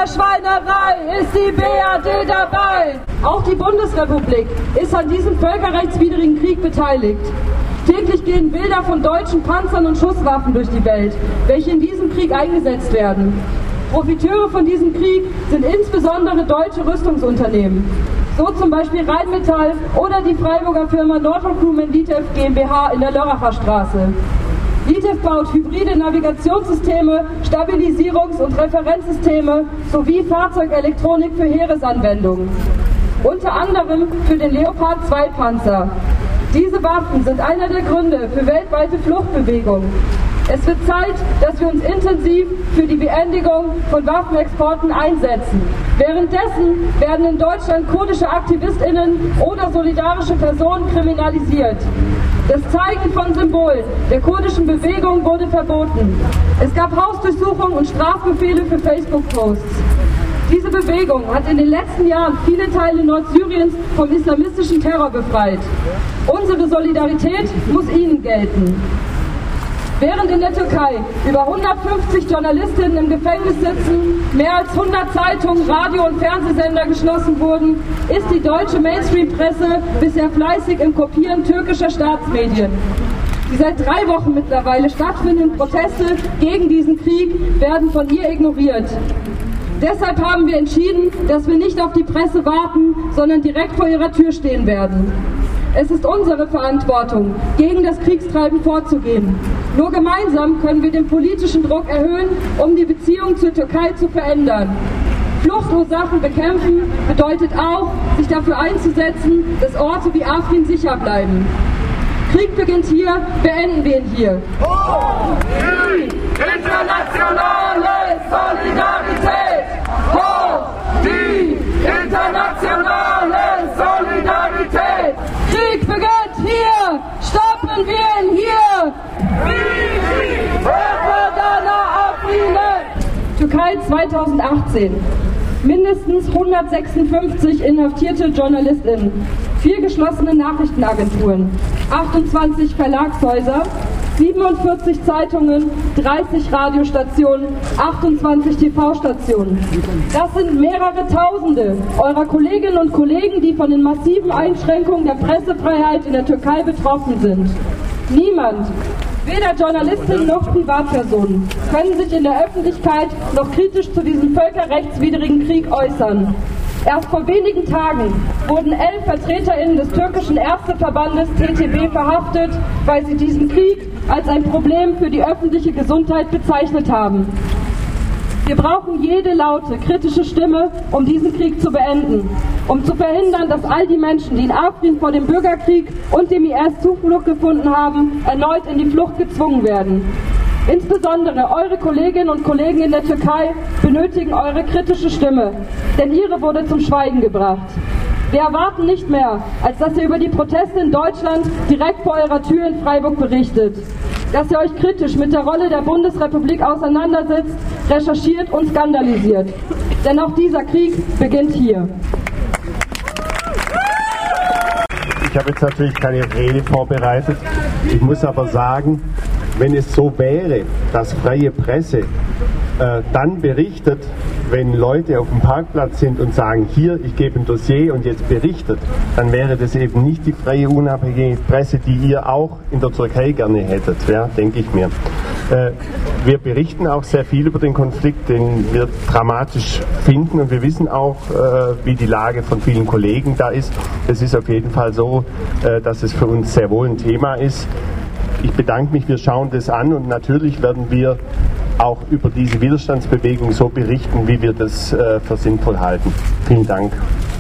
der Schweinerei ist die BRD dabei. Auch die Bundesrepublik ist an diesem völkerrechtswidrigen Krieg beteiligt. Täglich gehen Bilder von deutschen Panzern und Schusswaffen durch die Welt, welche in diesem Krieg eingesetzt werden. Profiteure von diesem Krieg sind insbesondere deutsche Rüstungsunternehmen. So zum Beispiel Rheinmetall oder die Freiburger Firma Northrop Grumman Litev GmbH in der Lörracher Straße. Litev baut hybride Navigationssysteme, Stabilisierungs- und Referenzsysteme sowie Fahrzeugelektronik für Heeresanwendungen. Unter anderem für den Leopard 2 Panzer. Diese Waffen sind einer der Gründe für weltweite Fluchtbewegungen. Es wird Zeit, dass wir uns intensiv für die Beendigung von Waffenexporten einsetzen. Währenddessen werden in Deutschland kurdische AktivistInnen oder solidarische Personen kriminalisiert. Das Zeigen von Symbolen der kurdischen Bewegung wurde verboten. Es gab Hausdurchsuchungen und Strafbefehle für Facebook-Posts. Diese Bewegung hat in den letzten Jahren viele Teile Nordsyriens vom islamistischen Terror befreit. Unsere Solidarität muss ihnen gelten. Während in der Türkei über 150 Journalistinnen im Gefängnis sitzen, mehr als 100 Zeitungen, Radio- und Fernsehsender geschlossen wurden, ist die deutsche Mainstream-Presse bisher fleißig im Kopieren türkischer Staatsmedien. Die seit 3 Wochen mittlerweile stattfindenden Proteste gegen diesen Krieg werden von ihr ignoriert. Deshalb haben wir entschieden, dass wir nicht auf die Presse warten, sondern direkt vor ihrer Tür stehen werden. Es ist unsere Verantwortung, gegen das Kriegstreiben vorzugehen. Nur gemeinsam können wir den politischen Druck erhöhen, um die Beziehung zur Türkei zu verändern. Fluchtursachen bekämpfen bedeutet auch, sich dafür einzusetzen, dass Orte wie Afrin sicher bleiben. Krieg beginnt hier, beenden wir ihn hier. Hoch die internationale Solidarität! Hoch die internationale Solidarität! Krieg beginnt hier, stoppen wir ihn hier! Türkei 2018. Mindestens 156 inhaftierte JournalistInnen, 4 geschlossene Nachrichtenagenturen, 28 Verlagshäuser, 47 Zeitungen, 30 Radiostationen, 28 TV-Stationen. Das sind mehrere Tausende eurer Kolleginnen und Kollegen, die von den massiven Einschränkungen der Pressefreiheit in der Türkei betroffen sind. Niemand, weder Journalistinnen noch Privatpersonen, können sich in der Öffentlichkeit noch kritisch zu diesem völkerrechtswidrigen Krieg äußern. Erst vor wenigen Tagen wurden 11 VertreterInnen des türkischen Ärzteverbandes TTB verhaftet, weil sie diesen Krieg als ein Problem für die öffentliche Gesundheit bezeichnet haben. Wir brauchen jede laute, kritische Stimme, um diesen Krieg zu beenden, um zu verhindern, dass all die Menschen, die in Afrin vor dem Bürgerkrieg und dem IS Zuflucht gefunden haben, erneut in die Flucht gezwungen werden. Insbesondere eure Kolleginnen und Kollegen in der Türkei benötigen eure kritische Stimme, denn ihre wurde zum Schweigen gebracht. Wir erwarten nicht mehr, als dass ihr über die Proteste in Deutschland direkt vor eurer Tür in Freiburg berichtet. Dass ihr euch kritisch mit der Rolle der Bundesrepublik auseinandersetzt, recherchiert und skandalisiert. Denn auch dieser Krieg beginnt hier. Ich habe jetzt natürlich keine Rede vorbereitet. Ich muss aber sagen, wenn es so wäre, dass freie Presse dann berichtet, wenn Leute auf dem Parkplatz sind und sagen, hier, ich gebe ein Dossier und jetzt berichtet, dann wäre das eben nicht die freie, unabhängige Presse, die ihr auch in der Türkei gerne hättet, ja, denke ich mir. Wir berichten auch sehr viel über den Konflikt, den wir dramatisch finden, und wir wissen auch, wie die Lage von vielen Kollegen da ist. Es ist auf jeden Fall so, dass es für uns sehr wohl ein Thema ist. Ich bedanke mich, wir schauen das an, und natürlich werden wir auch über diese Widerstandsbewegung so berichten, wie wir das für sinnvoll halten. Vielen Dank.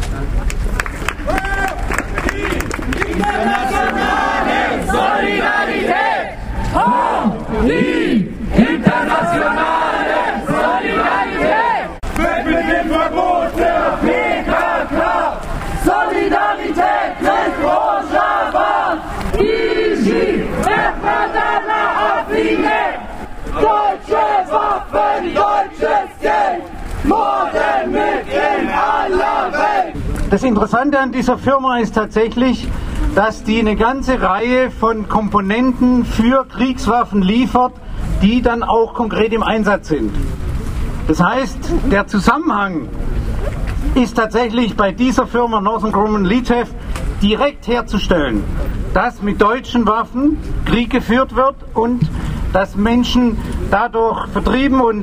Internationale Solidarität! Hoch die internationale Solidarität! Weg mit dem Verbot der PKK! Solidarität mit Rojava! Iji Mehmetana Afine! Deutsche Waffen, deutsches Geld! Morden mit in aller Welt! Das Interessante an dieser Firma ist tatsächlich, dass die eine ganze Reihe von Komponenten für Kriegswaffen liefert, die dann auch konkret im Einsatz sind. Das heißt, der Zusammenhang ist tatsächlich bei dieser Firma Northern Grumman Litev direkt herzustellen, dass mit deutschen Waffen Krieg geführt wird und dass Menschen dadurch vertrieben werden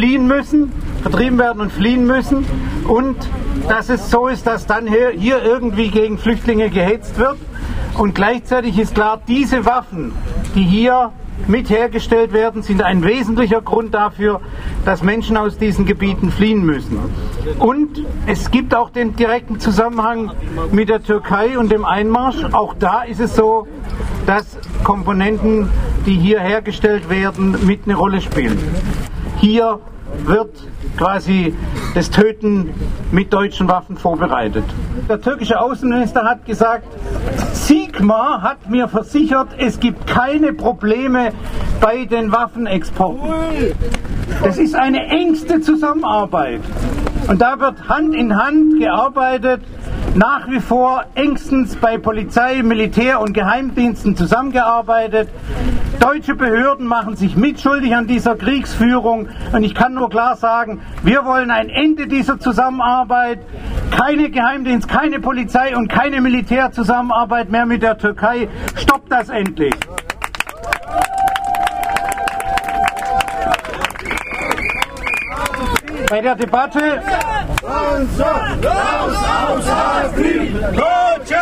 und fliehen müssen und dass es so ist, dass dann hier irgendwie gegen Flüchtlinge gehetzt wird. Und gleichzeitig ist klar, diese Waffen, die hier mit hergestellt werden, sind ein wesentlicher Grund dafür, dass Menschen aus diesen Gebieten fliehen müssen. Und es gibt auch den direkten Zusammenhang mit der Türkei und dem Einmarsch. Auch da ist es so, dass Komponenten, die hier hergestellt werden, mit eine Rolle spielen. Hier wird quasi das Töten mit deutschen Waffen vorbereitet. Der türkische Außenminister hat gesagt, Sigma hat mir versichert, es gibt keine Probleme bei den Waffenexporten. Das ist eine engste Zusammenarbeit. Und da wird Hand in Hand gearbeitet, nach wie vor engstens bei Polizei, Militär und Geheimdiensten zusammengearbeitet. Deutsche Behörden machen sich mitschuldig an dieser Kriegsführung und ich kann nur klar sagen, wir wollen ein Ende dieser Zusammenarbeit. Keine Geheimdienst, keine Polizei und keine Militärzusammenarbeit mehr mit der Türkei. Stoppt das endlich! Bei der Debatte Raus aus Afrin! Deutsche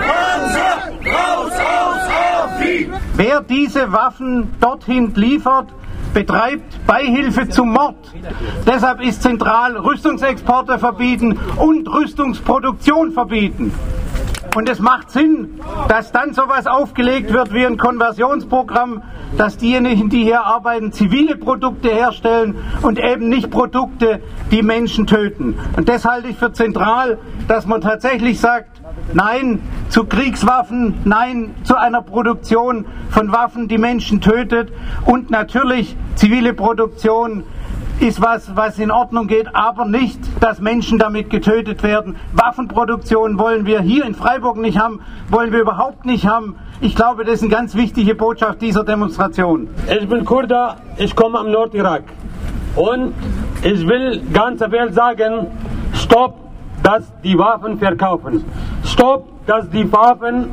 Panzer! Raus aus Afrin! Wer diese Waffen dorthin liefert, betreibt Beihilfe zum Mord. Deshalb ist zentral Rüstungsexporte verbieten und Rüstungsproduktion verbieten. Und es macht Sinn, dass dann sowas aufgelegt wird wie ein Konversionsprogramm, dass diejenigen, die hier arbeiten, zivile Produkte herstellen und eben nicht Produkte, die Menschen töten. Und das halte ich für zentral, dass man tatsächlich sagt, nein zu Kriegswaffen, nein zu einer Produktion von Waffen, die Menschen tötet. Und natürlich zivile Produktion ist was in Ordnung geht, aber nicht, dass Menschen damit getötet werden. Waffenproduktion wollen wir hier in Freiburg nicht haben, wollen wir überhaupt nicht haben. Ich glaube, das ist eine ganz wichtige Botschaft dieser Demonstration. Ich bin Kurder, ich komme am Nordirak und ich will ganze Welt sagen, stopp, dass die Waffen verkaufen. Stopp, dass die Waffen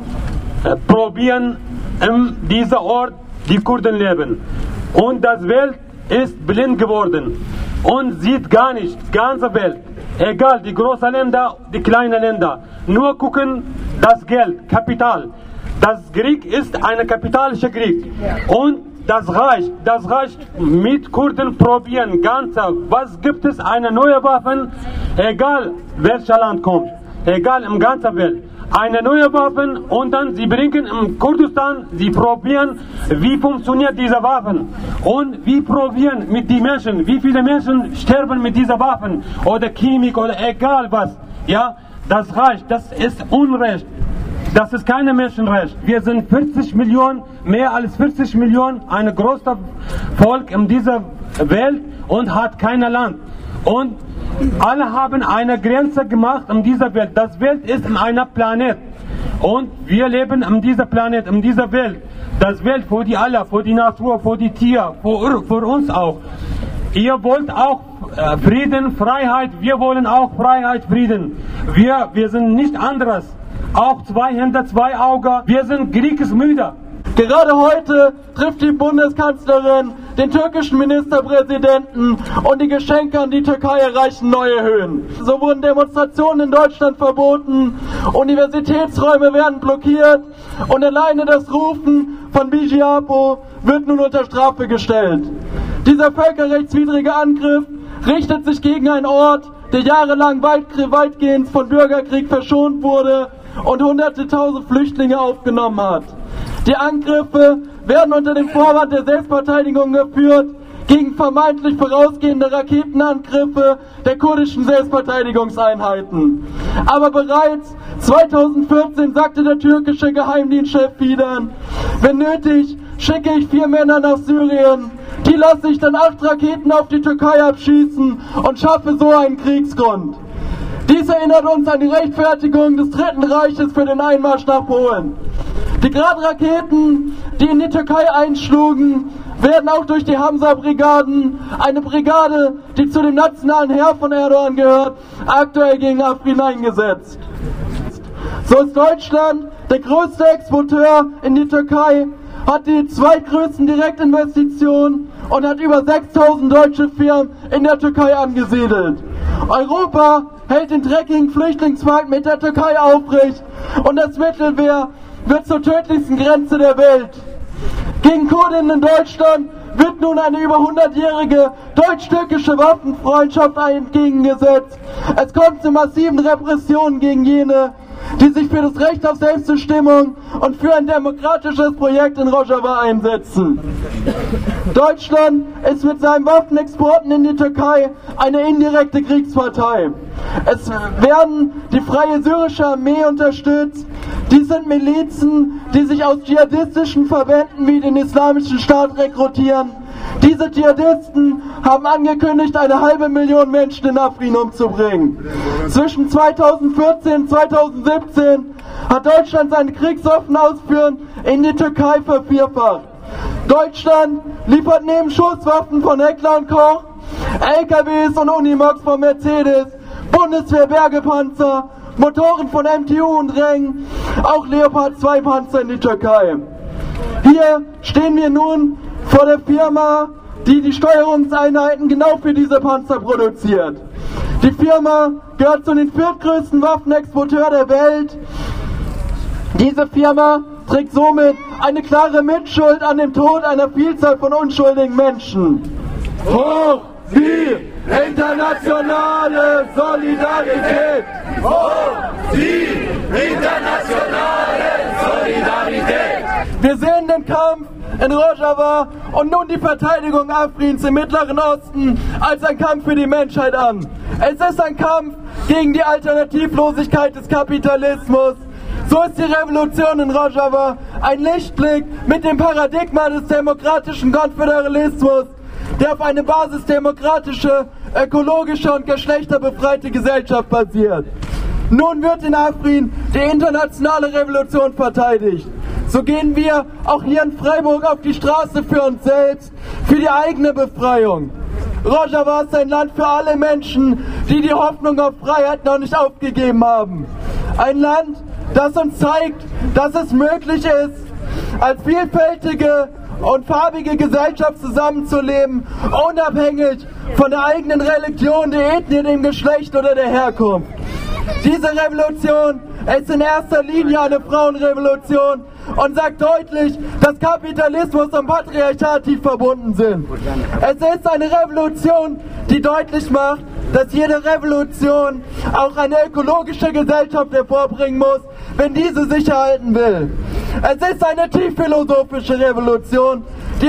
probieren, in diesem Ort die Kurden leben. Und das Welt ist blind geworden und sieht gar nicht, ganze Welt, egal die großen Länder, die kleinen Länder, nur gucken das Geld, Kapital. Das Krieg ist ein kapitalischer Krieg und das reicht mit Kurden probieren, ganze, was gibt es, eine neue Waffen, egal welches Land kommt, egal im ganzen Welt. Eine neue Waffen und dann sie bringen im Kurdistan, sie probieren, wie funktioniert diese Waffen und wie probieren mit den Menschen, wie viele Menschen sterben mit dieser Waffen oder Chemik oder egal was. Ja, das reicht, das ist Unrecht. Das ist kein Menschenrecht. Wir sind 40 Millionen, mehr als 40 Millionen, ein großes Volk in dieser Welt und hat kein Land. Und alle haben eine Grenze gemacht in dieser Welt. Das Welt ist in einer Planet. Und wir leben in dieser Planet, in dieser Welt. Das Welt für die alle, für die Natur, für die Tiere, für uns auch. Ihr wollt auch Frieden, Freiheit. Wir wollen auch Freiheit, Frieden. Wir sind nicht anderes. Auch zwei Hände, zwei Augen. Wir sind kriegsmüde. Gerade heute trifft die Bundeskanzlerin den türkischen Ministerpräsidenten und die Geschenke an die Türkei erreichen neue Höhen. So wurden Demonstrationen in Deutschland verboten, Universitätsräume werden blockiert und alleine das Rufen von Bici Apo wird nun unter Strafe gestellt. Dieser völkerrechtswidrige Angriff richtet sich gegen einen Ort, der jahrelang weitgehend von Bürgerkrieg verschont wurde und hunderte tausend Flüchtlinge aufgenommen hat. Die Angriffe werden unter dem Vorwand der Selbstverteidigung geführt gegen vermeintlich vorausgehende Raketenangriffe der kurdischen Selbstverteidigungseinheiten. Aber bereits 2014 sagte der türkische Geheimdienstchef Fidan, wenn nötig, schicke ich 4 Männer nach Syrien, die lasse ich dann 8 Raketen auf die Türkei abschießen und schaffe so einen Kriegsgrund. Dies erinnert uns an die Rechtfertigung des Dritten Reiches für den Einmarsch nach Polen. Die Grad-Raketen, die in die Türkei einschlugen, werden auch durch die Hamza-Brigaden, eine Brigade, die zu dem nationalen Heer von Erdogan gehört, aktuell gegen Afrin eingesetzt. So ist Deutschland der größte Exporteur in die Türkei, hat die zweitgrößten Direktinvestitionen und hat über 6.000 deutsche Firmen in der Türkei angesiedelt. Europa hält den dreckigen Flüchtlingspakt mit der Türkei aufrecht und das Mittelmeer wird zur tödlichsten Grenze der Welt. Gegen Kurdinnen in Deutschland wird nun eine über 100-jährige deutsch-türkische Waffenfreundschaft entgegengesetzt. Es kommt zu massiven Repressionen gegen jene, die sich für das Recht auf Selbstbestimmung und für ein demokratisches Projekt in Rojava einsetzen. Deutschland ist mit seinen Waffenexporten in die Türkei eine indirekte Kriegspartei. Es werden die Freie Syrische Armee unterstützt. Dies sind Milizen, die sich aus dschihadistischen Verbänden wie den Islamischen Staat rekrutieren. Diese Dschihadisten haben angekündigt, 500.000 Menschen in Afrin umzubringen. Zwischen 2014 und 2017 hat Deutschland seine kriegsoffenen Ausführungen in die Türkei vervierfacht. Deutschland liefert neben Schusswaffen von Heckler & Koch, LKWs und Unimogs von Mercedes, Bundeswehr-Bergepanzer, Motoren von MTU und Reng, auch Leopard 2 Panzer in die Türkei. Hier stehen wir nun vor der Firma, die die Steuerungseinheiten genau für diese Panzer produziert. Die Firma gehört zu den viertgrößten Waffenexporteuren der Welt. Diese Firma trägt somit eine klare Mitschuld an dem Tod einer Vielzahl von unschuldigen Menschen. Hoch die internationale Solidarität! Hoch die internationale Solidarität! Wir sehen den Kampf in Rojava und nun die Verteidigung Afrins im Mittleren Osten als ein Kampf für die Menschheit an. Es ist ein Kampf gegen die Alternativlosigkeit des Kapitalismus. So ist die Revolution in Rojava ein Lichtblick mit dem Paradigma des demokratischen Konföderalismus, der auf eine basisdemokratische, ökologische und geschlechterbefreite Gesellschaft basiert. Nun wird in Afrin die internationale Revolution verteidigt. So gehen wir auch hier in Freiburg auf die Straße für uns selbst, für die eigene Befreiung. Rojava ist ein Land für alle Menschen, die die Hoffnung auf Freiheit noch nicht aufgegeben haben. Ein Land, das uns zeigt, dass es möglich ist, als vielfältige und farbige Gesellschaft zusammenzuleben, unabhängig von der eigenen Religion, der Ethnie, dem Geschlecht oder der Herkunft. Diese Revolution ist in erster Linie eine Frauenrevolution und sagt deutlich, dass Kapitalismus und Patriarchat tief verbunden sind. Es ist eine Revolution, die deutlich macht, dass jede Revolution auch eine ökologische Gesellschaft hervorbringen muss, wenn diese sich erhalten will. Es ist eine tief philosophische Revolution,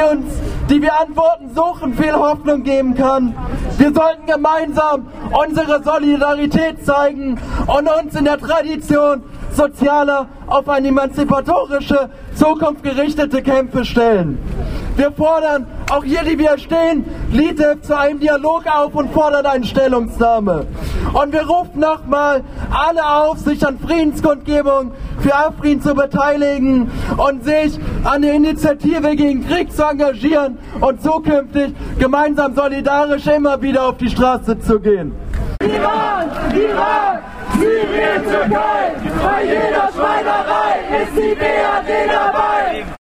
die wir Antworten suchen, viel Hoffnung geben kann. Wir sollten gemeinsam unsere Solidarität zeigen und uns in der Tradition sozialer, auf eine emanzipatorische, zukunftsgerichtete Kämpfe stellen. Wir fordern, auch hier, die wir stehen, Litev zu einem Dialog auf und fordern eine Stellungnahme. Und wir rufen nochmal alle auf, sich an Friedenskundgebungen für Afrin zu beteiligen und sich an der Initiative gegen Krieg zu engagieren und zukünftig gemeinsam solidarisch immer wieder auf die Straße zu gehen. Iran, Irak, Syrien, Türkei, bei jeder Schweinerei ist die BRD dabei.